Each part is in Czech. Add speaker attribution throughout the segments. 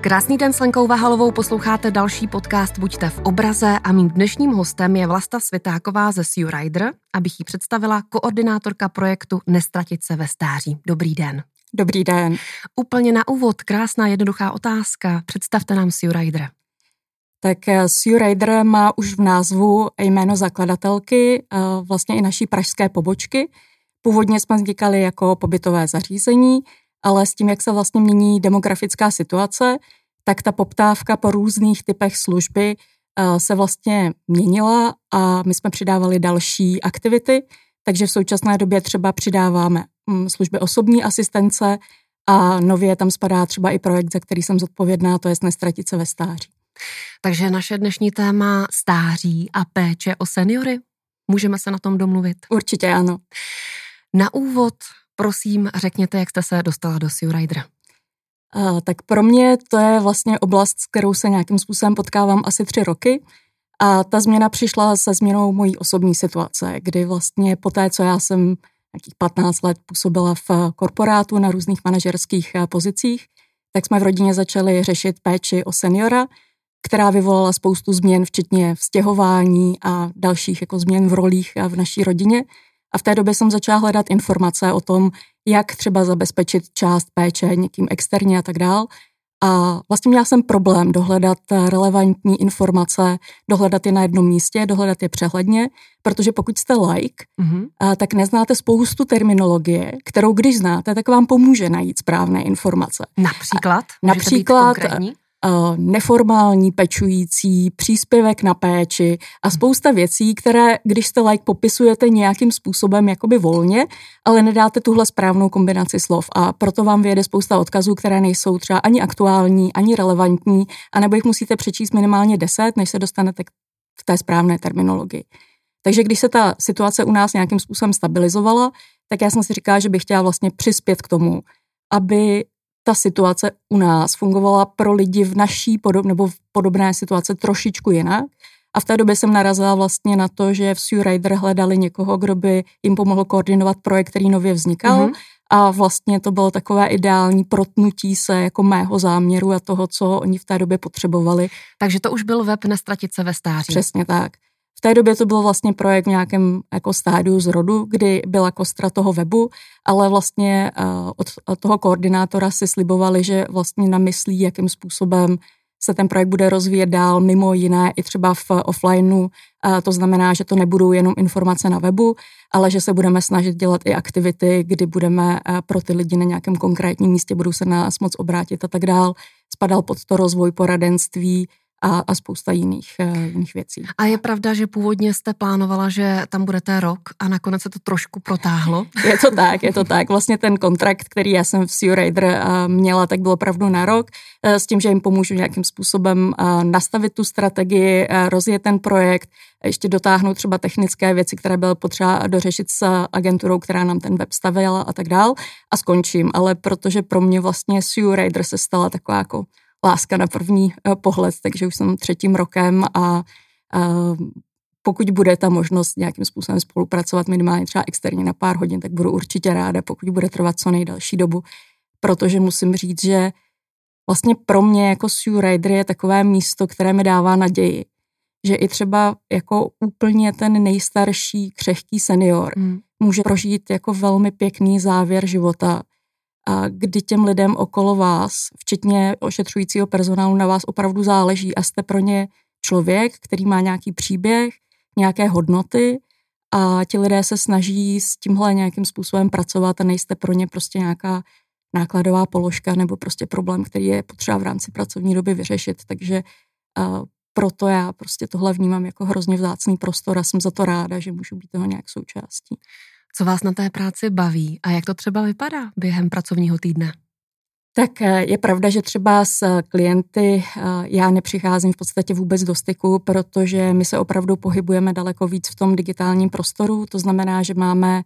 Speaker 1: Krásný den s Lenkou Vahalovou, posloucháte další podcast Buďte v obraze a mým dnešním hostem je Vlasta Světáková ze SURider, abych jí představila, koordinátorka projektu Nestratit se ve stáří. Dobrý den.
Speaker 2: Dobrý den.
Speaker 1: Úplně na úvod, krásná jednoduchá otázka. Představte nám SURider.
Speaker 2: Tak SURider má už v názvu jméno zakladatelky, vlastně i naší pražské pobočky. Původně jsme vznikali jako pobytové zařízení, ale s tím, jak se vlastně mění demografická situace, tak ta poptávka po různých typech služby se vlastně měnila a my jsme přidávali další aktivity, takže v současné době třeba přidáváme služby osobní asistence a nově tam spadá třeba i projekt, za který jsem zodpovědná, to je Nestratit se ve stáří.
Speaker 1: Takže naše dnešní téma stáří a péče o seniory. Můžeme se na tom domluvit?
Speaker 2: Určitě ano.
Speaker 1: Na úvod, prosím, řekněte, jak jste se dostala do SURider.
Speaker 2: Tak pro mě to je vlastně oblast, s kterou se nějakým způsobem potkávám asi 3 roky a ta změna přišla se změnou mojí osobní situace, kdy vlastně poté, co já jsem nějakých 15 let působila v korporátu na různých manažerských pozicích, tak jsme v rodině začali řešit péči o seniora, která vyvolala spoustu změn, včetně vztěhování a dalších jako změn v rolích v naší rodině. A v té době jsem začala hledat informace o tom, jak třeba zabezpečit část péče někým externě a tak dál. A vlastně měla jsem problém dohledat relevantní informace, dohledat je na jednom místě, dohledat je přehledně, protože pokud jste laik, tak neznáte spoustu terminologie, kterou když znáte, tak vám pomůže najít správné informace.
Speaker 1: Například?
Speaker 2: Například neformální pečující, příspěvek na péči a spousta věcí, které, když jste laik, popisujete nějakým způsobem jakoby volně, ale nedáte tuhle správnou kombinaci slov a proto vám vyjede spousta odkazů, které nejsou třeba ani aktuální, ani relevantní, anebo jich musíte přečíst minimálně 10, než se dostanete v té správné terminologii. Takže když se ta situace u nás nějakým způsobem stabilizovala, tak já jsem si říkala, že bych chtěla vlastně přispět k tomu, aby ta situace u nás fungovala pro lidi v naší nebo v podobné situace trošičku jinak. A v té době jsem narazila vlastně na to, že v SURider hledali někoho, kdo by jim pomohl koordinovat projekt, který nově vznikal. A vlastně to bylo takové ideální protnutí se jako mého záměru a toho, co oni v té době potřebovali.
Speaker 1: Takže to už byl web Nestratit se ve stáří.
Speaker 2: Přesně tak. V té době to byl vlastně projekt v nějakém jako stádiu zrodu, kdy byla kostra toho webu, ale vlastně od toho koordinátora si slibovali, že vlastně namyslí, jakým způsobem se ten projekt bude rozvíjet dál, mimo jiné i třeba v offlineu. To znamená, že to nebudou jenom informace na webu, ale že se budeme snažit dělat i aktivity, kdy budeme pro ty lidi na nějakém konkrétním místě, budou se na nás moc obrátit a tak dál. Spadal pod to rozvoj poradenství a spousta jiných věcí.
Speaker 1: A je pravda, že původně jste plánovala, že tam budete rok a nakonec se to trošku protáhlo?
Speaker 2: Je to tak. Vlastně ten kontrakt, který já jsem v SURider měla, tak byl opravdu na rok, s tím, že jim pomůžu nějakým způsobem nastavit tu strategii, rozjet ten projekt, ještě dotáhnout třeba technické věci, které bylo potřeba dořešit s agenturou, která nám ten web stavěla a tak dál a skončím. Ale protože pro mě vlastně SURider se stala taková jako láska na první pohled, takže už jsem 3. rokem a pokud bude ta možnost nějakým způsobem spolupracovat minimálně třeba externě na pár hodin, tak budu určitě ráda, pokud bude trvat co nejdelší dobu, protože musím říct, že vlastně pro mě jako SURider je takové místo, které mi dává naději, že i třeba jako úplně ten nejstarší křehký senior může prožít jako velmi pěkný závěr života, a kdy těm lidem okolo vás, včetně ošetřujícího personálu, na vás opravdu záleží a jste pro ně člověk, který má nějaký příběh, nějaké hodnoty a ti lidé se snaží s tímhle nějakým způsobem pracovat a nejste pro ně prostě nějaká nákladová položka nebo prostě problém, který je potřeba v rámci pracovní doby vyřešit. Takže proto já prostě tohle vnímám jako hrozně vzácný prostor a jsem za to ráda, že můžu být toho nějak součástí.
Speaker 1: Co vás na té práci baví a jak to třeba vypadá během pracovního týdne?
Speaker 2: Tak je pravda, že třeba s klienty já nepřicházím v podstatě vůbec do styku, protože my se opravdu pohybujeme daleko víc v tom digitálním prostoru. To znamená, že máme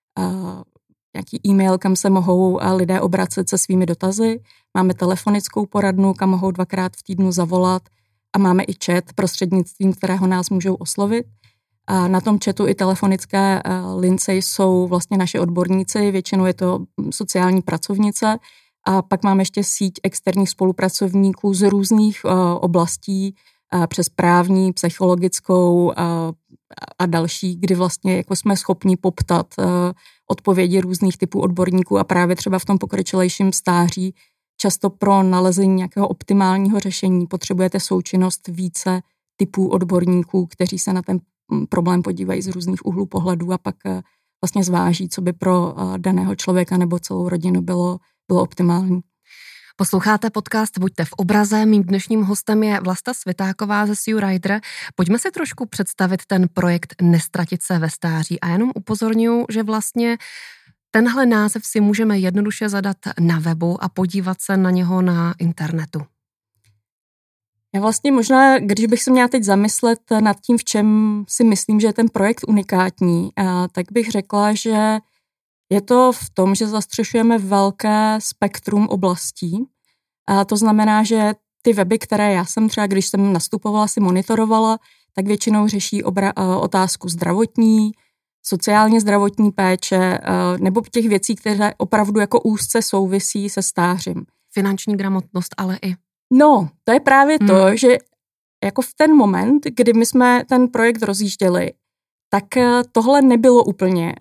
Speaker 2: nějaký e-mail, kam se mohou lidé obracet se svými dotazy. Máme telefonickou poradnu, kam mohou 2krát v týdnu zavolat a máme i chat, prostřednictvím kterého nás můžou oslovit. A na tom chatu i telefonické lince jsou vlastně naši odborníci, většinou je to sociální pracovnice A pak máme ještě síť externích spolupracovníků z různých oblastí, přes právní, psychologickou a další, kdy vlastně jako jsme schopni poptat odpovědi různých typů odborníků a právě třeba v tom pokročilejším stáří často pro nalezení nějakého optimálního řešení potřebujete součinnost více typů odborníků, kteří se na ten problém podívají z různých úhlů pohledu a pak vlastně zváží, co by pro daného člověka nebo celou rodinu bylo optimální.
Speaker 1: Posloucháte podcast Buďte v obraze. Mým dnešním hostem je Vlasta Svitáková ze SURider. Pojďme si trošku představit ten projekt Nestratit se ve stáří. A jenom upozorňuji, že vlastně tenhle název si můžeme jednoduše zadat na webu a podívat se na něho na internetu.
Speaker 2: Já vlastně možná, když bych se měla teď zamyslet nad tím, v čem si myslím, že je ten projekt unikátní, tak bych řekla, že je to v tom, že zastřešujeme velké spektrum oblastí. A to znamená, že ty weby, které já jsem třeba, když jsem nastupovala, si monitorovala, tak většinou řeší otázku zdravotní, sociálně zdravotní péče nebo těch věcí, které opravdu jako úzce souvisí se stářím.
Speaker 1: Finanční gramotnost, ale i.
Speaker 2: No, to je právě to, že jako v ten moment, kdy my jsme ten projekt rozjížděli, tak tohle nebylo úplně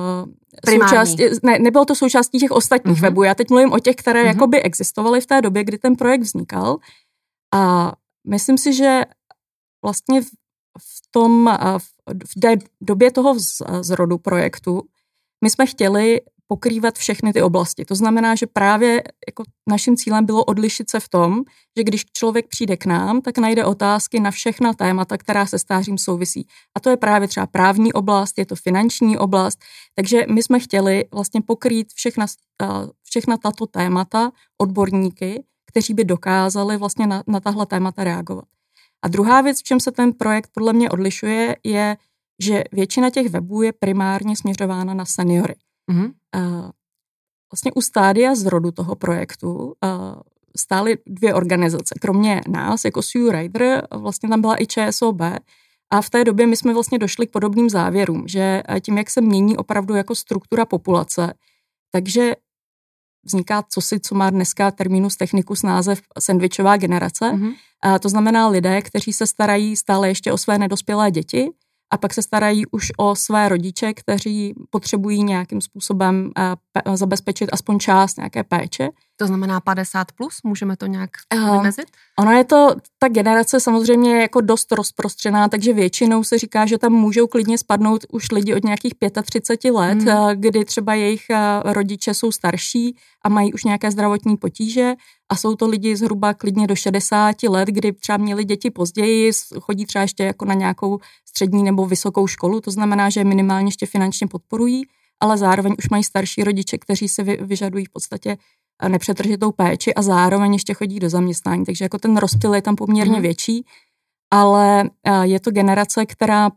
Speaker 2: nebylo to součástí těch ostatních webů. Já teď mluvím o těch, které jakoby existovaly v té době, kdy ten projekt vznikal. A myslím si, že vlastně v té době toho zrodu projektu my jsme chtěli pokrývat všechny ty oblasti. To znamená, že právě jako naším cílem bylo odlišit se v tom, že když člověk přijde k nám, tak najde otázky na všechna témata, která se stářím souvisí. A to je právě třeba právní oblast, je to finanční oblast, takže my jsme chtěli vlastně pokrýt všechna tato témata odborníky, kteří by dokázali vlastně na tahle témata reagovat. A druhá věc, v čem se ten projekt podle mě odlišuje, je, že většina těch webů je primárně směřována na seniory. Vlastně u stádia zrodu toho projektu stály dvě organizace. Kromě nás, jako SURider, vlastně tam byla i ČSOB a v té době my jsme vlastně došli k podobným závěrům, že tím, jak se mění opravdu jako struktura populace, takže vzniká co má dneska terminus technicus název sandwichová generace. To znamená lidé, kteří se starají stále ještě o své nedospělé děti, a pak se starají už o své rodiče, kteří potřebují nějakým způsobem zabezpečit aspoň část nějaké péče.
Speaker 1: To znamená 50 plus? Můžeme to nějak vymezit?
Speaker 2: Ono je to, ta generace samozřejmě jako dost rozprostřená, takže většinou se říká, že tam můžou klidně spadnout už lidi od nějakých 35 let, kdy třeba jejich rodiče jsou starší a mají už nějaké zdravotní potíže a jsou to lidi zhruba klidně do 60 let, kdy třeba měli děti později, chodí třeba ještě jako na nějakou střední nebo vysokou školu, to znamená, že minimálně ještě finančně podporují, ale zároveň už mají starší rodiče, kteří si vyžadují v podstatě nepřetržitou péči a zároveň ještě chodí do zaměstnání, takže jako ten rozptyl je tam poměrně větší, ale je to generace, která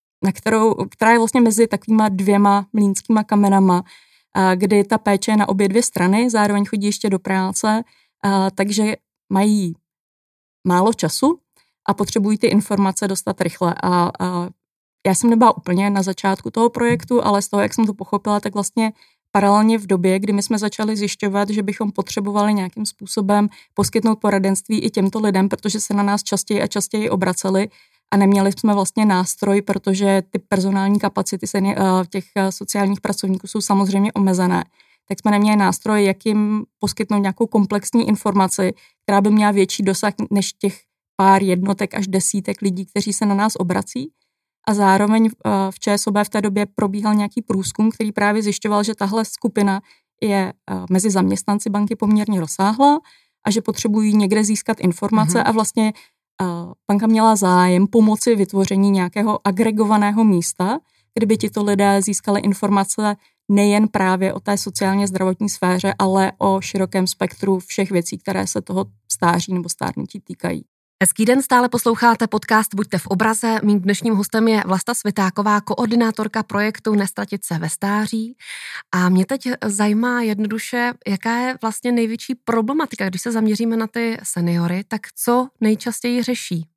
Speaker 2: je vlastně mezi takovýma dvěma mlýnskýma kamenama, kdy ta péče je na obě dvě strany, zároveň chodí ještě do práce, takže mají málo času a potřebují ty informace dostat rychle. A já jsem nebyla úplně na začátku toho projektu, ale z toho, jak jsem to pochopila, tak vlastně paralelně v době, kdy my jsme začali zjišťovat, že bychom potřebovali nějakým způsobem poskytnout poradenství i těmto lidem, protože se na nás častěji a častěji obraceli a neměli jsme vlastně nástroj, protože ty personální kapacity těch sociálních pracovníků jsou samozřejmě omezené. Tak jsme neměli nástroj, jak jim poskytnout nějakou komplexní informaci, která by měla větší dosah než těch pár jednotek až desítek lidí, kteří se na nás obrací. A zároveň v ČSOB v té době probíhal nějaký průzkum, který právě zjišťoval, že tahle skupina je mezi zaměstnanci banky poměrně rozsáhlá a že potřebují někde získat informace a vlastně banka měla zájem pomoci vytvoření nějakého agregovaného místa, kdyby tito lidé získali informace nejen právě o té sociálně zdravotní sféře, ale o širokém spektru všech věcí, které se toho stáří nebo stárnutí týkají.
Speaker 1: Hezký den, stále posloucháte podcast Buďte v obraze. Mým dnešním hostem je Vlasta Svitáková, koordinátorka projektu Nestratit se ve stáří. A mě teď zajímá jednoduše, jaká je vlastně největší problematika, když se zaměříme na ty seniory, tak co nejčastěji řeší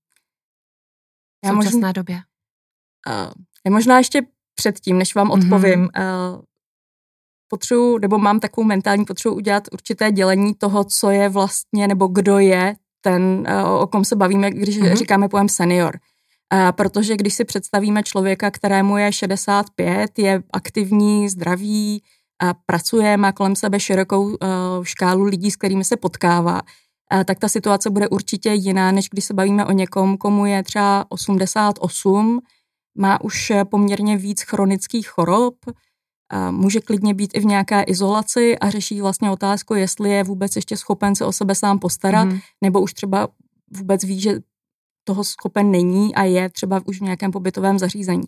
Speaker 1: v současné době?
Speaker 2: Možná ještě předtím, než vám odpovím, mám takovou mentální potřebu udělat určité dělení toho, co je vlastně, nebo kdo je ten, o kom se bavíme, když říkáme pojem senior. Protože když si představíme člověka, kterému je 65, je aktivní, zdravý, pracuje, má kolem sebe širokou škálu lidí, s kterými se potkává, tak ta situace bude určitě jiná, než když se bavíme o někom, komu je třeba 88, má už poměrně víc chronických chorob, může klidně být i v nějaké izolaci a řeší vlastně otázku, jestli je vůbec ještě schopen se o sebe sám postarat, nebo už třeba vůbec ví, že toho schopen není a je třeba už v nějakém pobytovém zařízení.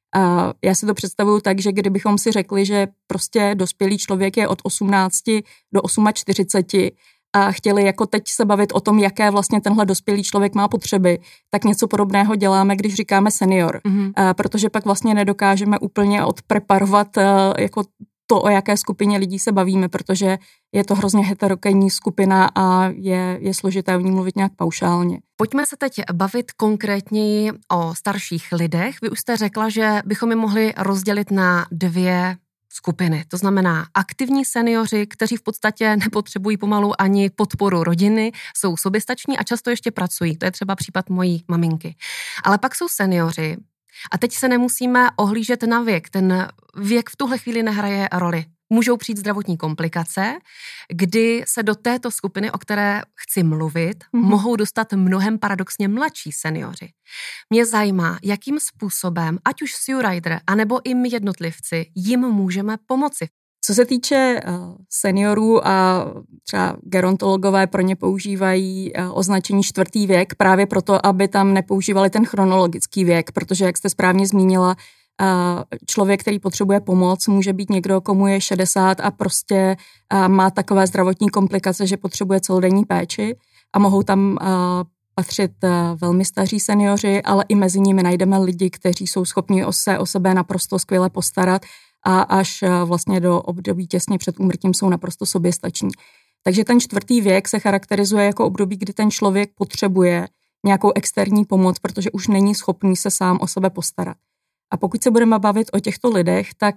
Speaker 2: Já si to představuju tak, že kdybychom si řekli, že prostě dospělý člověk je od 18 do 48 a chtěli jako teď se bavit o tom, jaké vlastně tenhle dospělý člověk má potřeby, tak něco podobného děláme, když říkáme senior. Protože pak vlastně nedokážeme úplně odpreparovat jako to, o jaké skupině lidí se bavíme, protože je to hrozně heterogenní skupina a je složité o ní mluvit nějak paušálně.
Speaker 1: Pojďme se teď bavit konkrétněji o starších lidech. Vy už jste řekla, že bychom je mohli rozdělit na dvě skupiny. To znamená aktivní seniori, kteří v podstatě nepotřebují pomalu ani podporu rodiny, jsou soběstační a často ještě pracují. To je třeba případ mojí maminky. Ale pak jsou seniori, a teď se nemusíme ohlížet na věk. Ten věk v tuhle chvíli nehraje roli. Můžou přijít zdravotní komplikace, kdy se do této skupiny, o které chci mluvit, mohou dostat mnohem paradoxně mladší seniori. Mě zajímá, jakým způsobem, ať už SURIDER, anebo i my jednotlivci, jim můžeme pomoci.
Speaker 2: Co se týče seniorů a třeba gerontologové pro ně používají označení 4. věk právě proto, aby tam nepoužívali ten chronologický věk, protože jak jste správně zmínila, člověk, který potřebuje pomoc, může být někdo, komu je 60 a prostě má takové zdravotní komplikace, že potřebuje celodenní péči a mohou tam patřit velmi staří seniori, ale i mezi nimi najdeme lidi, kteří jsou schopni se o sebe naprosto skvěle postarat a až vlastně do období těsně před úmrtím jsou naprosto soběstační. Takže ten 4. věk se charakterizuje jako období, kdy ten člověk potřebuje nějakou externí pomoc, protože už není schopný se sám o sebe postarat. A pokud se budeme bavit o těchto lidech, tak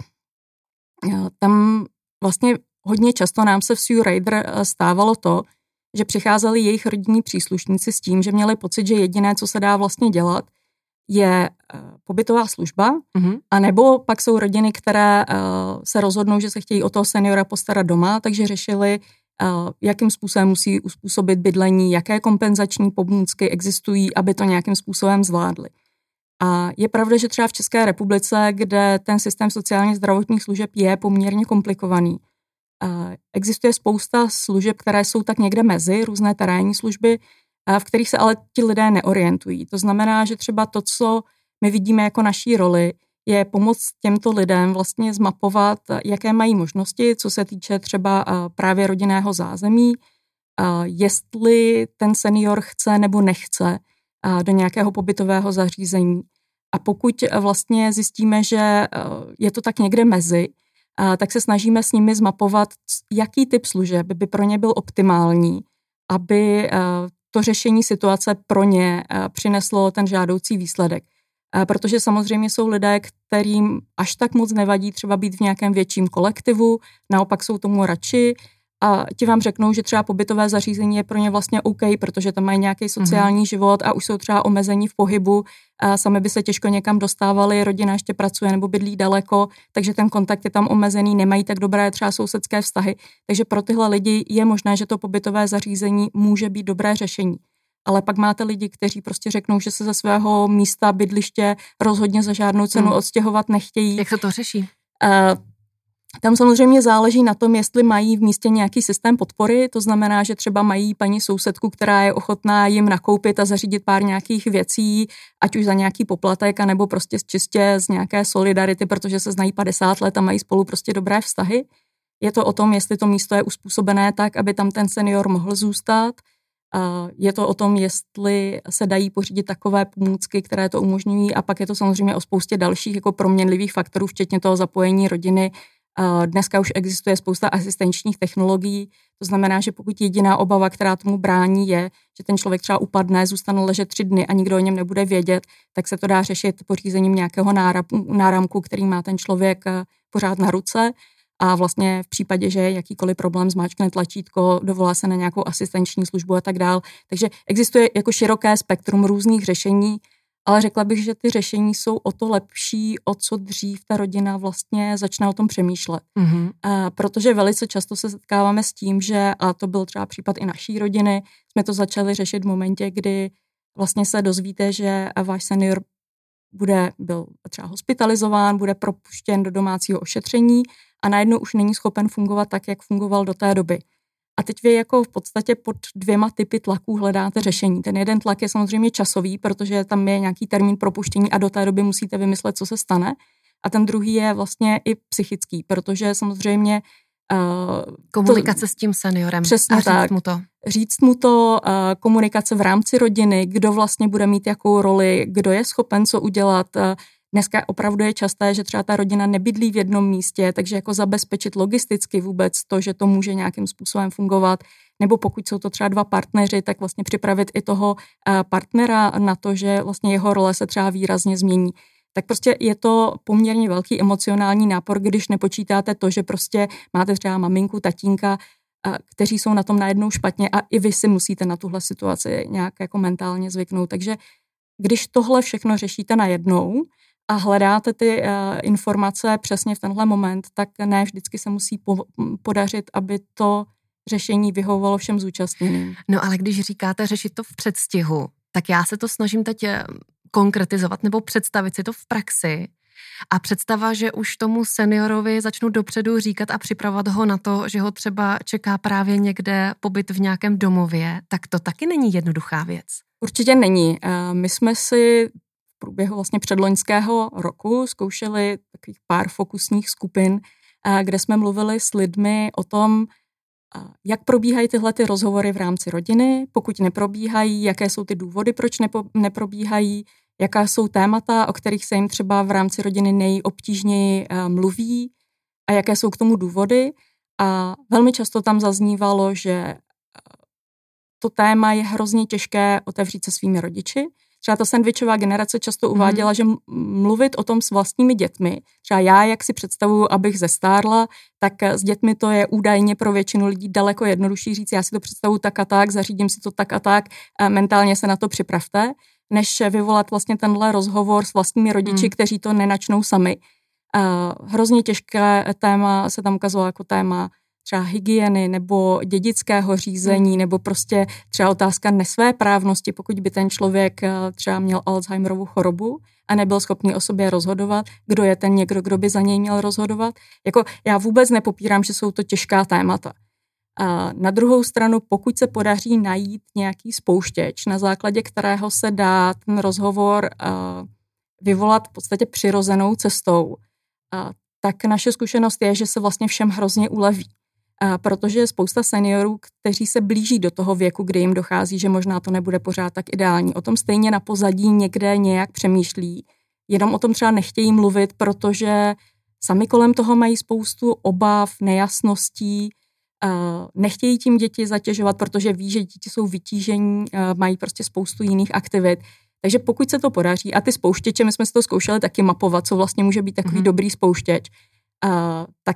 Speaker 2: tam vlastně hodně často nám se v SURIDER stávalo to, že přicházeli jejich rodinní příslušníci s tím, že měli pocit, že jediné, co se dá vlastně dělat, je pobytová služba, anebo pak jsou rodiny, které se rozhodnou, že se chtějí o toho seniora postarat doma, takže řešili, jakým způsobem musí uspůsobit bydlení, jaké kompenzační pomůcky existují, aby to nějakým způsobem zvládli. A je pravda, že třeba v České republice, kde ten systém sociálně zdravotních služeb je poměrně komplikovaný, existuje spousta služeb, které jsou tak někde mezi, různé terénní služby, v kterých se ale ti lidé neorientují. To znamená, že třeba to, co my vidíme jako naší roli, je pomoct těmto lidem vlastně zmapovat, jaké mají možnosti, co se týče třeba právě rodinného zázemí, jestli ten senior chce nebo nechce do nějakého pobytového zařízení. A pokud vlastně zjistíme, že je to tak někde mezi, tak se snažíme s nimi zmapovat, jaký typ služeb by pro ně byl optimální, aby to řešení situace pro ně přineslo ten žádoucí výsledek. Protože samozřejmě jsou lidé, kterým až tak moc nevadí třeba být v nějakém větším kolektivu, naopak jsou tomu radši a ti vám řeknou, že třeba pobytové zařízení je pro ně vlastně OK, protože tam mají nějaký sociální život a už jsou třeba omezení v pohybu, a sami by se těžko někam dostávali, rodina ještě pracuje nebo bydlí daleko, takže ten kontakt je tam omezený, nemají tak dobré třeba sousedské vztahy, takže pro tyhle lidi je možné, že to pobytové zařízení může být dobré řešení. Ale pak máte lidi, kteří prostě řeknou, že se ze svého místa, bydliště rozhodně za žádnou cenu odstěhovat nechtějí.
Speaker 1: Jak se to řeší?
Speaker 2: Tam samozřejmě záleží na tom, jestli mají v místě nějaký systém podpory, to znamená, že třeba mají paní sousedku, která je ochotná jim nakoupit a zařídit pár nějakých věcí, ať už za nějaký poplatek, anebo prostě čistě z nějaké solidarity, protože se znají 50 let a mají spolu prostě dobré vztahy. Je to o tom, jestli to místo je uspůsobené tak, aby tam ten senior mohl zůstat. Je to o tom, jestli se dají pořídit takové pomůcky, které to umožňují, a pak je to samozřejmě o spoustě dalších jako proměnlivých faktorů, včetně toho zapojení rodiny. Dneska už existuje spousta asistenčních technologií, to znamená, že pokud jediná obava, která tomu brání, je, že ten člověk třeba upadne, zůstane ležet 3 dny a nikdo o něm nebude vědět, tak se to dá řešit pořízením nějakého náramku, který má ten člověk pořád na ruce. a vlastně v případě, že je jakýkoliv problém, zmáčkne tlačítko, dovolá se na nějakou asistenční službu a tak dál. Takže existuje jako široké spektrum různých řešení, ale řekla bych, že ty řešení jsou o to lepší, o co dřív ta rodina vlastně začne o tom přemýšlet. Protože velice často se setkáváme s tím, že, a to byl třeba případ i naší rodiny, jsme to začali řešit v momentě, kdy vlastně se dozvíte, že váš senior byl třeba hospitalizován, bude propuštěn do domácího ošetření a najednou už není schopen fungovat tak, jak fungoval do té doby. A teď vy jako v podstatě pod 2 typy tlaků hledáte řešení. Ten jeden tlak je samozřejmě časový, protože tam je nějaký termín propuštění a do té doby musíte vymyslet, co se stane. A ten druhý je vlastně i psychický, protože samozřejmě
Speaker 1: komunikace s tím seniorem.
Speaker 2: Přesně
Speaker 1: a říct
Speaker 2: tak.
Speaker 1: mu to.
Speaker 2: Říct mu to, komunikace v rámci rodiny, kdo vlastně bude mít jakou roli, kdo je schopen co udělat. Dneska opravdu je časté, že třeba ta rodina nebydlí v jednom místě, takže jako zabezpečit logisticky vůbec to, že to může nějakým způsobem fungovat, nebo pokud jsou to třeba 2 partneři, tak vlastně připravit i toho partnera na to, že vlastně jeho role se třeba výrazně změní. Tak prostě je to poměrně velký emocionální nápor, když nepočítáte to, že prostě máte třeba maminku, tatínka, kteří jsou na tom najednou špatně a i vy si musíte na tuhle situaci nějak jako mentálně zvyknout. Takže když tohle všechno řešíte najednou a hledáte ty informace přesně v tenhle moment, tak ne vždycky se musí podařit, aby to řešení vyhovovalo všem zúčastněným.
Speaker 1: No ale když říkáte řešit to v předstihu, tak já se to snažím teď konkretizovat nebo představit si to v praxi. A představa, že už tomu seniorovi začnu dopředu říkat a připravovat ho na to, že ho třeba čeká právě někde pobyt v nějakém domově, tak to taky není jednoduchá věc.
Speaker 2: Určitě není. My jsme si v průběhu vlastně předloňského roku zkoušeli takových pár fokusních skupin, kde jsme mluvili s lidmi o tom, jak probíhají tyhle ty rozhovory v rámci rodiny, pokud neprobíhají, jaké jsou ty důvody, proč neprobíhají, jaká jsou témata, o kterých se jim třeba v rámci rodiny nejobtížněji mluví a jaké jsou k tomu důvody. A velmi často tam zaznívalo, že to téma je hrozně těžké otevřít se svými rodiči. Třeba ta sandvičová generace často uváděla, že mluvit o tom s vlastními dětmi, třeba já, jak si představuju, abych zestárla, tak s dětmi to je údajně pro většinu lidí daleko jednodušší říct, já si to představuju tak a tak, zařídím si to tak a tak, mentálně se na to připravte, než vyvolat vlastně tenhle rozhovor s vlastními rodiči, kteří to nenačnou sami. Hrozně těžké téma se tam ukazovalo jako téma třeba hygieny nebo dědického řízení, nebo prostě třeba otázka nesvéprávnosti, pokud by ten člověk třeba měl Alzheimerovu chorobu a nebyl schopný o sobě rozhodovat, kdo je ten někdo, kdo by za něj měl rozhodovat. Jako já vůbec nepopírám, že jsou to těžká témata. A na druhou stranu, pokud se podaří najít nějaký spouštěč, na základě kterého se dá ten rozhovor vyvolat v podstatě přirozenou cestou, tak naše zkušenost je, že se vlastně všem hrozně uleví. Protože je spousta seniorů, kteří se blíží do toho věku, kdy jim dochází, že možná to nebude pořád tak ideální. O tom stejně na pozadí někde nějak přemýšlí, jenom o tom třeba nechtějí mluvit, protože sami kolem toho mají spoustu obav, nejasností, nechtějí tím děti zatěžovat, protože ví, že děti jsou vytížení, mají prostě spoustu jiných aktivit. Takže pokud se to podaří, a ty spouštěče, my jsme si to zkoušeli taky mapovat, co vlastně může být takový dobrý spouštěč, tak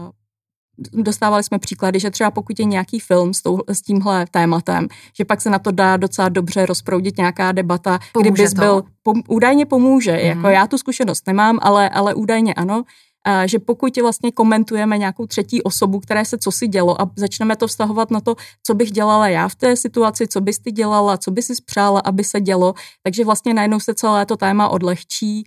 Speaker 2: dostávali jsme příklady, že třeba pokud je nějaký film s tímhle tématem, že pak se na to dá docela dobře rozproudit nějaká debata, kdybys byl, údajně pomůže, jako já tu zkušenost nemám, ale údajně ano, že pokud vlastně komentujeme nějakou třetí osobu, které se cosi dělo a začneme to vztahovat na to, co bych dělala já v té situaci, co bys ty dělala, co bys si spřála, aby se dělo, takže vlastně najednou se celé to téma odlehčí.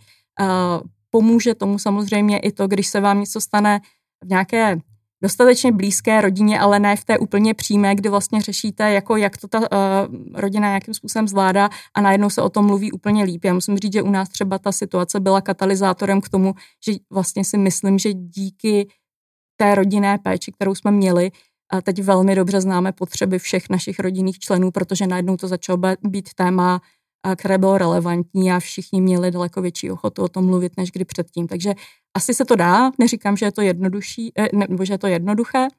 Speaker 2: Pomůže tomu samozřejmě i to, když se vám něco stane v nějaké dostatečně blízké rodině, ale ne v té úplně přímé, kdy vlastně řešíte, jako jak to ta rodina jakým způsobem zvládá a najednou se o tom mluví úplně líp. Já musím říct, že u nás třeba ta situace byla katalyzátorem k tomu, že vlastně si myslím, že díky té rodinné péči, kterou jsme měli, a teď velmi dobře známe potřeby všech našich rodinných členů, protože najednou to začalo být téma, které bylo relevantní a všichni měli daleko větší ochotu o tom mluvit, než kdy předtím. Takže asi se to dá, neříkám, že je to nebo že je to jednoduché,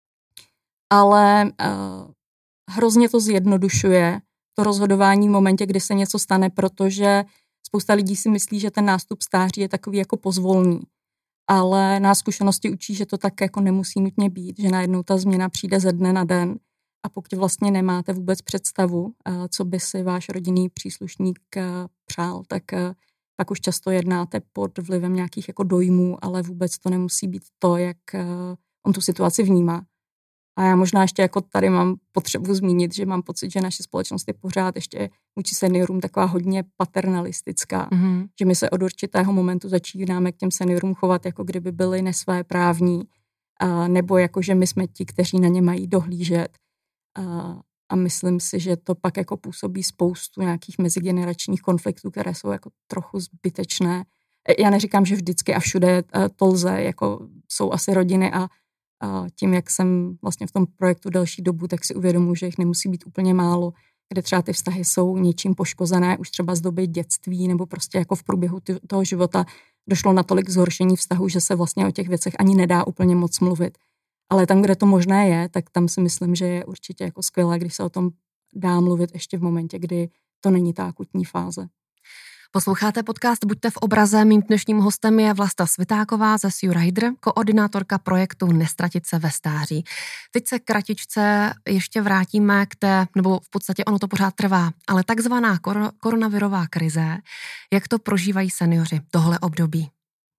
Speaker 2: ale hrozně to zjednodušuje to rozhodování v momentě, kdy se něco stane, protože spousta lidí si myslí, že ten nástup stáří je takový jako pozvolný. ale nás zkušenosti učí, že to tak jako nemusí nutně být, že najednou ta změna přijde ze dne na den a pokud vlastně nemáte vůbec představu, co by si váš rodinný příslušník přál, tak pak už často jednáte pod vlivem nějakých jako dojmů, ale vůbec to nemusí být to, jak on tu situaci vnímá. A já možná ještě jako tady mám potřebu zmínit, že mám pocit, že naše společnost je pořád ještě vůči seniorům taková hodně paternalistická, že my se od určitého momentu začínáme k těm seniorům chovat, jako kdyby byli nesvéprávní, nebo jako, že my jsme ti, kteří na ně mají dohlížet. A myslím si, že to pak jako působí spoustu nějakých mezigeneračních konfliktů, které jsou jako trochu zbytečné. Já neříkám, že vždycky a všude to lze, jako jsou asi rodiny a tím, jak jsem vlastně v tom projektu delší dobu, tak si uvědomuji, že jich nemusí být úplně málo, kde třeba ty vztahy jsou něčím poškozené, už třeba z doby dětství nebo prostě jako v průběhu toho života došlo natolik zhoršení vztahu, že se vlastně o těch věcech ani nedá úplně moc mluvit. Ale tam, kde to možné je, tak tam si myslím, že je určitě jako skvělé, když se o tom dá mluvit ještě v momentě, kdy to není ta akutní fáze.
Speaker 1: Posloucháte podcast Buďte v obraze. Mým dnešním hostem je Vlasta Svitáková ze Sue Ryder, koordinátorka projektu Nestratit se ve stáří. Teď se kratičce ještě vrátíme k té, nebo v podstatě ono to pořád trvá, ale takzvaná koronavirová krize. Jak to prožívají seniori tohle období?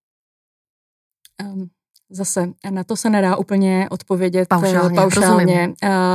Speaker 2: Zase na to se nedá úplně odpovědět
Speaker 1: paušálně.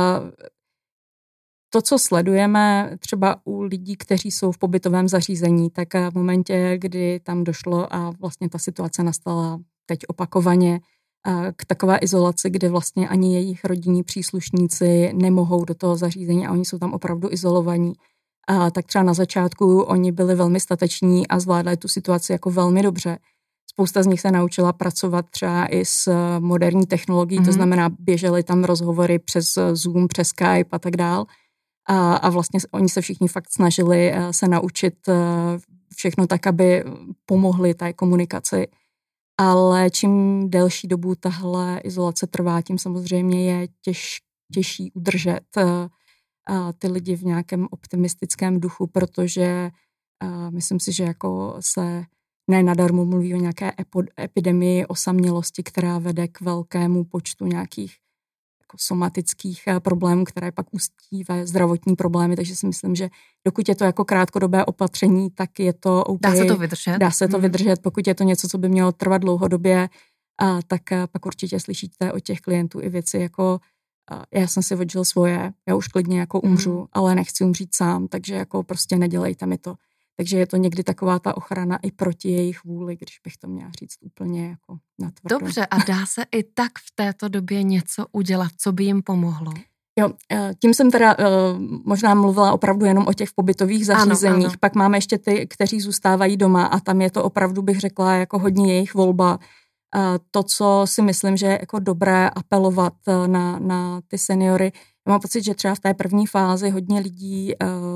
Speaker 2: To, co sledujeme třeba u lidí, kteří jsou v pobytovém zařízení, tak v momentě, kdy tam došlo a vlastně ta situace nastala teď opakovaně k takové izolaci, kde vlastně ani jejich rodinní příslušníci nemohou do toho zařízení a oni jsou tam opravdu izolovaní. Tak třeba na začátku oni byli velmi stateční a zvládali tu situaci jako velmi dobře. Spousta z nich se naučila pracovat třeba i s moderní technologií, to znamená běžely tam rozhovory přes Zoom, přes Skype a tak dál. A vlastně oni se všichni fakt snažili se naučit všechno tak, aby pomohli té komunikaci. Ale čím delší dobu tahle izolace trvá, tím samozřejmě je těžší udržet ty lidi v nějakém optimistickém duchu, protože myslím si, že jako se nenadarmo mluví o nějaké epidemii osamělosti, která vede k velkému počtu nějakých jako somatických problémů, které pak ústí ve zdravotní problémy, takže si myslím, že dokud je to jako krátkodobé opatření, tak je to OK.
Speaker 1: Dá se to vydržet?
Speaker 2: Dá se to vydržet, pokud je to něco, co by mělo trvat dlouhodobě, tak pak určitě slyšíte od těch klientů i věci jako já jsem si odžil svoje, já už klidně jako umřu, ale nechci umřít sám, takže jako prostě nedělejte mi to. Takže je to někdy taková ta ochrana i proti jejich vůli, když bych to měla říct úplně jako natvrdo.
Speaker 1: Dobře, a dá se i tak v této době něco udělat, co by jim pomohlo?
Speaker 2: Jo, tím jsem teda možná mluvila opravdu jenom o těch pobytových zařízeních. Ano. Pak máme ještě ty, kteří zůstávají doma a tam je to opravdu, bych řekla, jako hodně jejich volba. To, co si myslím, že je jako dobré apelovat na ty seniory. Já mám pocit, že třeba v té první fázi hodně lidí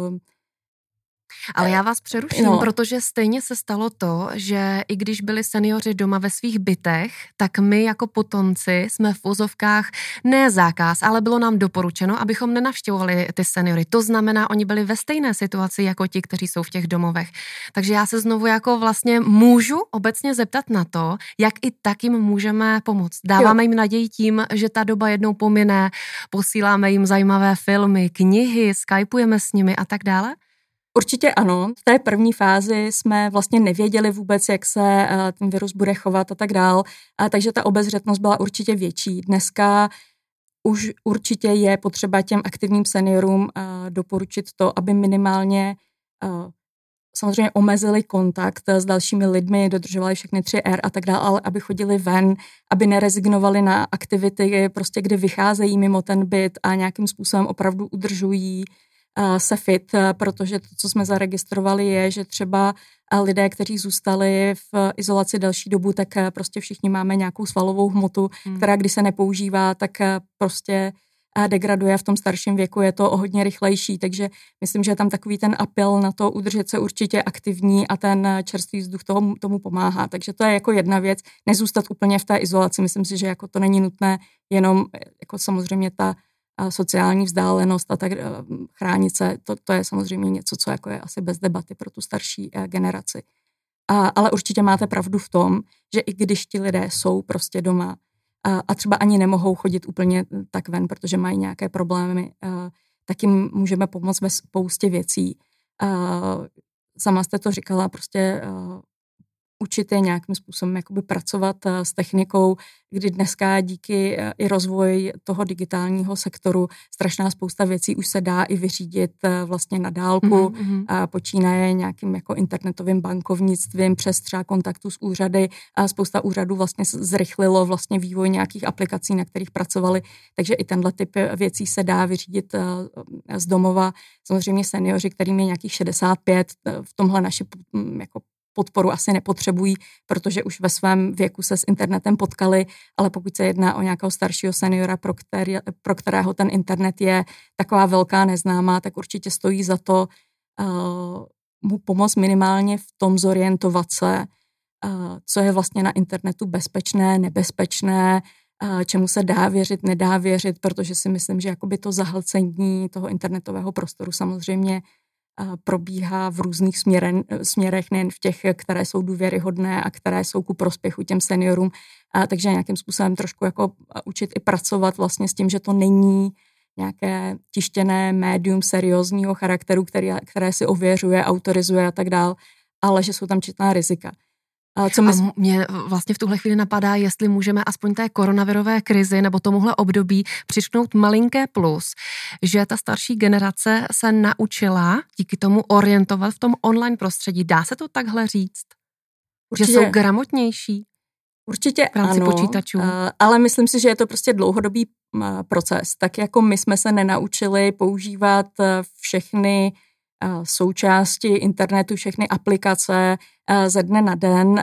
Speaker 1: ale já vás přeruším, protože stejně se stalo to, že i když byli seniori doma ve svých bytech, tak my jako potomci jsme v vozovkách ne zákaz, ale bylo nám doporučeno, abychom nenavštěvovali ty seniory. To znamená, oni byli ve stejné situaci jako ti, kteří jsou v těch domovech. Takže já se znovu jako vlastně můžu obecně zeptat na to, jak i tak jim můžeme pomoct. Dáváme jim naději tím, že ta doba jednou pomine, posíláme jim zajímavé filmy, knihy, skypujeme s nimi a tak dále?
Speaker 2: Určitě ano. V té první fázi jsme vlastně nevěděli vůbec, jak se ten virus bude chovat a tak dál, takže ta obezřetnost byla určitě větší. Dneska už určitě je potřeba těm aktivním seniorům doporučit to, aby minimálně samozřejmě omezili kontakt s dalšími lidmi, dodržovali všechny 3R a tak dále, ale aby chodili ven, aby nerezignovali na aktivity, prostě kdy vycházejí mimo ten byt a nějakým způsobem opravdu udržují se fit, protože to, co jsme zaregistrovali, je, že třeba lidé, kteří zůstali v izolaci delší dobu, tak prostě všichni máme nějakou svalovou hmotu, která když se nepoužívá, tak prostě degraduje v tom starším věku, je to o hodně rychlejší, takže myslím, že je tam takový ten apel na to udržet se určitě aktivní a ten čerstvý vzduch tomu pomáhá, takže to je jako jedna věc, nezůstat úplně v té izolaci, myslím si, že jako to není nutné, jenom jako samozřejmě ta sociální vzdálenost a tak chránit se, to je samozřejmě něco, co jako je asi bez debaty pro tu starší generaci. Ale určitě máte pravdu v tom, že i když ti lidé jsou prostě doma a třeba ani nemohou chodit úplně tak ven, protože mají nějaké problémy, tak jim můžeme pomoct ve spoustě věcí. Sama jste to říkala, prostě učit je nějakým způsobem jakoby pracovat s technikou, kdy dneska díky i rozvoji toho digitálního sektoru strašná spousta věcí už se dá i vyřídit vlastně na dálku. Počínaje nějakým jako internetovým bankovnictvím přes třeba kontaktu s úřady a spousta úřadů vlastně zrychlilo vlastně vývoj nějakých aplikací, na kterých pracovali, takže i tenhle typ věcí se dá vyřídit z domova. Samozřejmě seniori, kterým je nějakých 65, v tomhle naši jako podporu asi nepotřebují, protože už ve svém věku se s internetem potkali, ale pokud se jedná o nějakého staršího seniora, pro kterého ten internet je taková velká neznámá, tak určitě stojí za to mu pomoct minimálně v tom zorientovat se, co je vlastně na internetu bezpečné, nebezpečné, čemu se dá věřit, nedá věřit, protože si myslím, že jakoby to zahlcení toho internetového prostoru samozřejmě probíhá v různých směrech, nejen v těch, které jsou důvěryhodné a které jsou ku prospěchu těm seniorům. Takže nějakým způsobem trošku jako učit i pracovat vlastně s tím, že to není nějaké tištěné médium seriózního charakteru, které si ověřuje, autorizuje a tak dál, ale že jsou tam četná rizika.
Speaker 1: A mě vlastně v tuhle chvíli napadá, jestli můžeme aspoň té koronavirové krizi nebo tomuhle období přičknout malinké plus, že ta starší generace se naučila díky tomu orientovat v tom online prostředí. Dá se to takhle říct? Určitě, že jsou gramotnější?
Speaker 2: Určitě
Speaker 1: v rámci
Speaker 2: ano,
Speaker 1: počítačů.
Speaker 2: Ale myslím si, že je to prostě dlouhodobý proces. Tak jako my jsme se nenaučili používat všechny součásti internetu, všechny aplikace ze dne na den,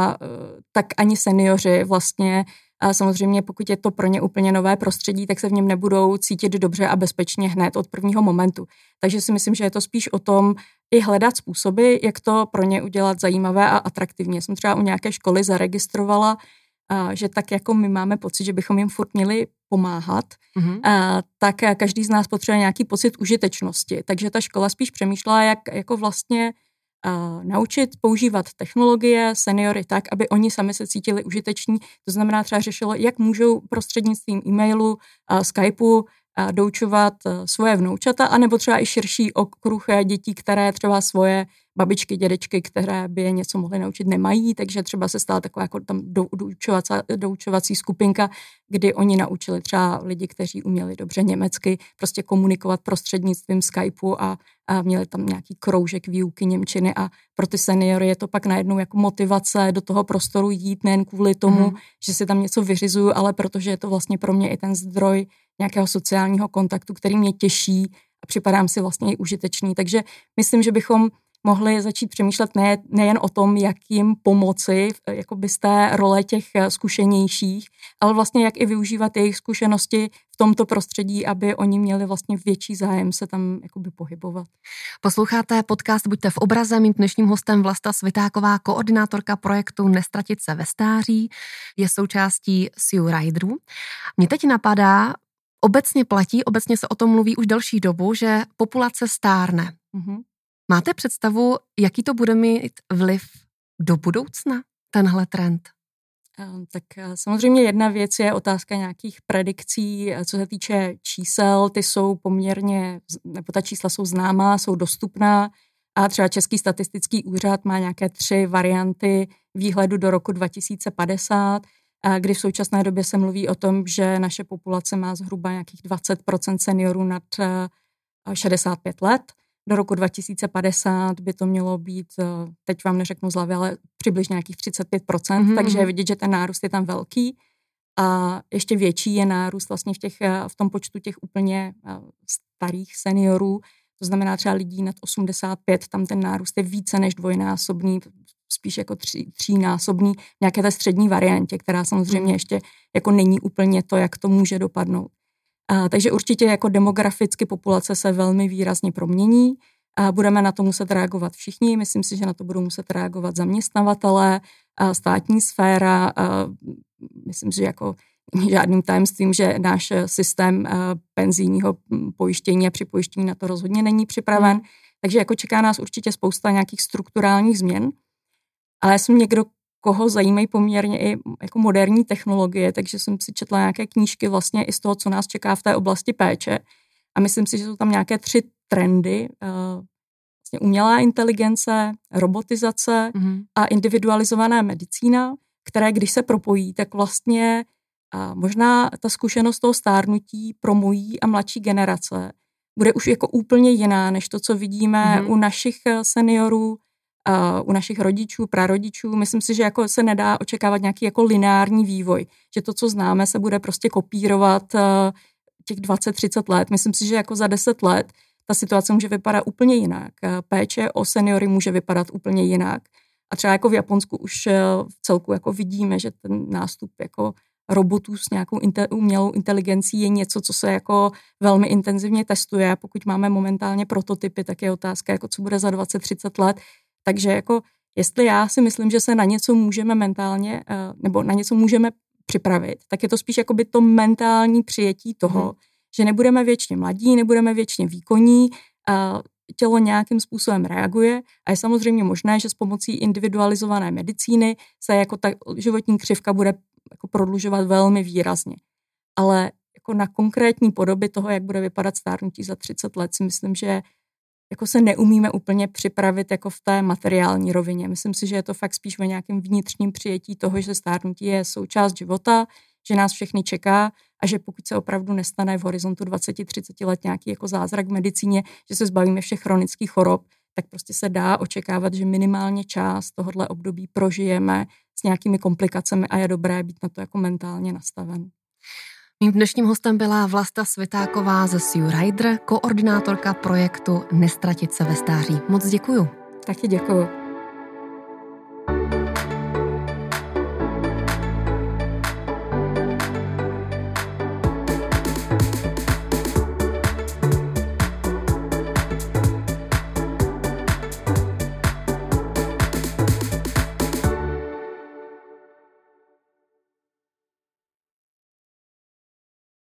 Speaker 2: tak ani seniori vlastně, samozřejmě pokud je to pro ně úplně nové prostředí, tak se v něm nebudou cítit dobře a bezpečně hned od prvního momentu. Takže si myslím, že je to spíš o tom i hledat způsoby, jak to pro ně udělat zajímavé a atraktivně. Jsem třeba u nějaké školy zaregistrovala, že tak jako my máme pocit, že bychom jim furt měli pomáhat, tak každý z nás potřebuje nějaký pocit užitečnosti. Takže ta škola spíš přemýšlela, jak jako vlastně naučit používat technologie, seniory tak, aby oni sami se cítili užiteční. To znamená třeba řešilo, jak můžou prostřednictvím e-mailu, Skypeu doučovat svoje vnoučata, anebo třeba i širší okruh dětí, které třeba svoje babičky, dědečky, které by je něco mohly naučit, nemají, takže třeba se stala taková jako tam doučovací skupinka, kdy oni naučili třeba lidi, kteří uměli dobře německy, prostě komunikovat prostřednictvím Skypeu a měli tam nějaký kroužek výuky němčiny a pro ty seniory je to pak najednou jako motivace do toho prostoru jít, nejen kvůli tomu, že si tam něco vyřizuju, ale protože je to vlastně pro mě i ten zdroj nějakého sociálního kontaktu, který mě těší a připadám si vlastně i užitečný. Takže myslím, že bychom mohli začít přemýšlet nejen o tom, jak jim pomoci jakoby z té role těch zkušenějších, ale vlastně jak i využívat jejich zkušenosti v tomto prostředí, aby oni měli vlastně větší zájem se tam jakoby pohybovat.
Speaker 1: Posloucháte podcast Buďte v obraze. Mým dnešním hostem Vlasta Svitáková, koordinátorka projektu Nestratit se ve stáří, je součástí SioRiderů. Mě teď napadá, obecně se o tom mluví už delší dobu, že populace stárne. Máte představu, jaký to bude mít vliv do budoucna, tenhle trend?
Speaker 2: Tak samozřejmě jedna věc je otázka nějakých predikcí, co se týče čísel, ty jsou poměrně, nebo ta čísla jsou známá, jsou dostupná a třeba Český statistický úřad má nějaké 3 varianty výhledu do roku 2050, kdy v současné době se mluví o tom, že naše populace má zhruba nějakých 20% seniorů nad 65 let. Do roku 2050 by to mělo být, teď vám neřeknu z hlavy, ale přibližně nějakých 35%, takže je vidět, že ten nárůst je tam velký a ještě větší je nárůst vlastně v tom počtu těch úplně starých seniorů, to znamená třeba lidí nad 85, tam ten nárůst je více než dvojnásobný, spíš jako třínásobný, nějaké té střední variantě, která samozřejmě ještě jako není úplně to, jak to může dopadnout. Takže určitě jako demograficky populace se velmi výrazně promění a budeme na to muset reagovat všichni. Myslím si, že na to budou muset reagovat zaměstnavatelé, státní sféra. Myslím si, že jako žádným tajemstvím, že náš systém penzijního pojištění a připojištění na to rozhodně není připraven. Takže jako čeká nás určitě spousta nějakých strukturálních změn. ale já jsem někdo, koho zajímají poměrně i jako moderní technologie, takže jsem si četla nějaké knížky vlastně i z toho, co nás čeká v té oblasti péče. A myslím si, že jsou tam nějaké 3 trendy. Vlastně umělá inteligence, robotizace a individualizovaná medicína, které když se propojí, tak vlastně možná ta zkušenost toho stárnutí pro mojí a mladší generace bude už jako úplně jiná, než to, co vidíme u našich seniorů, u našich rodičů, prarodičů. Myslím si, že jako se nedá očekávat nějaký jako lineární vývoj, že to, co známe, se bude prostě kopírovat těch 20-30 let. Myslím si, že jako za 10 let ta situace může vypadat úplně jinak. Péče o seniory může vypadat úplně jinak. A třeba jako v Japonsku už v celku jako vidíme, že ten nástup jako robotů s nějakou umělou inteligencí je něco, co se jako velmi intenzivně testuje. Pokud máme momentálně prototypy, tak je otázka, jako co bude za 20-30 let. Takže jako jestli já si myslím, že se na něco můžeme mentálně, nebo na něco můžeme připravit, tak je to spíš jakoby to mentální přijetí toho, že nebudeme věčně mladí, nebudeme věčně výkonní, tělo nějakým způsobem reaguje a je samozřejmě možné, že s pomocí individualizované medicíny se jako ta životní křivka bude jako prodlužovat velmi výrazně. Ale jako na konkrétní podoby toho, jak bude vypadat stárnutí za 30 let, si myslím, že jako se neumíme úplně připravit jako v té materiální rovině. Myslím si, že je to fakt spíš o nějakém vnitřním přijetí toho, že stárnutí je součást života, že nás všechny čeká a že pokud se opravdu nestane v horizontu 20-30 let nějaký jako zázrak v medicíně, že se zbavíme všech chronických chorob, tak prostě se dá očekávat, že minimálně část tohohle období prožijeme s nějakými komplikacemi a je dobré být na to jako mentálně nastaven.
Speaker 1: Mým dnešním hostem byla Vlasta Svitáková ze SURider, koordinátorka projektu Nestratit se ve stáří. Moc děkuju.
Speaker 2: Taky děkuju.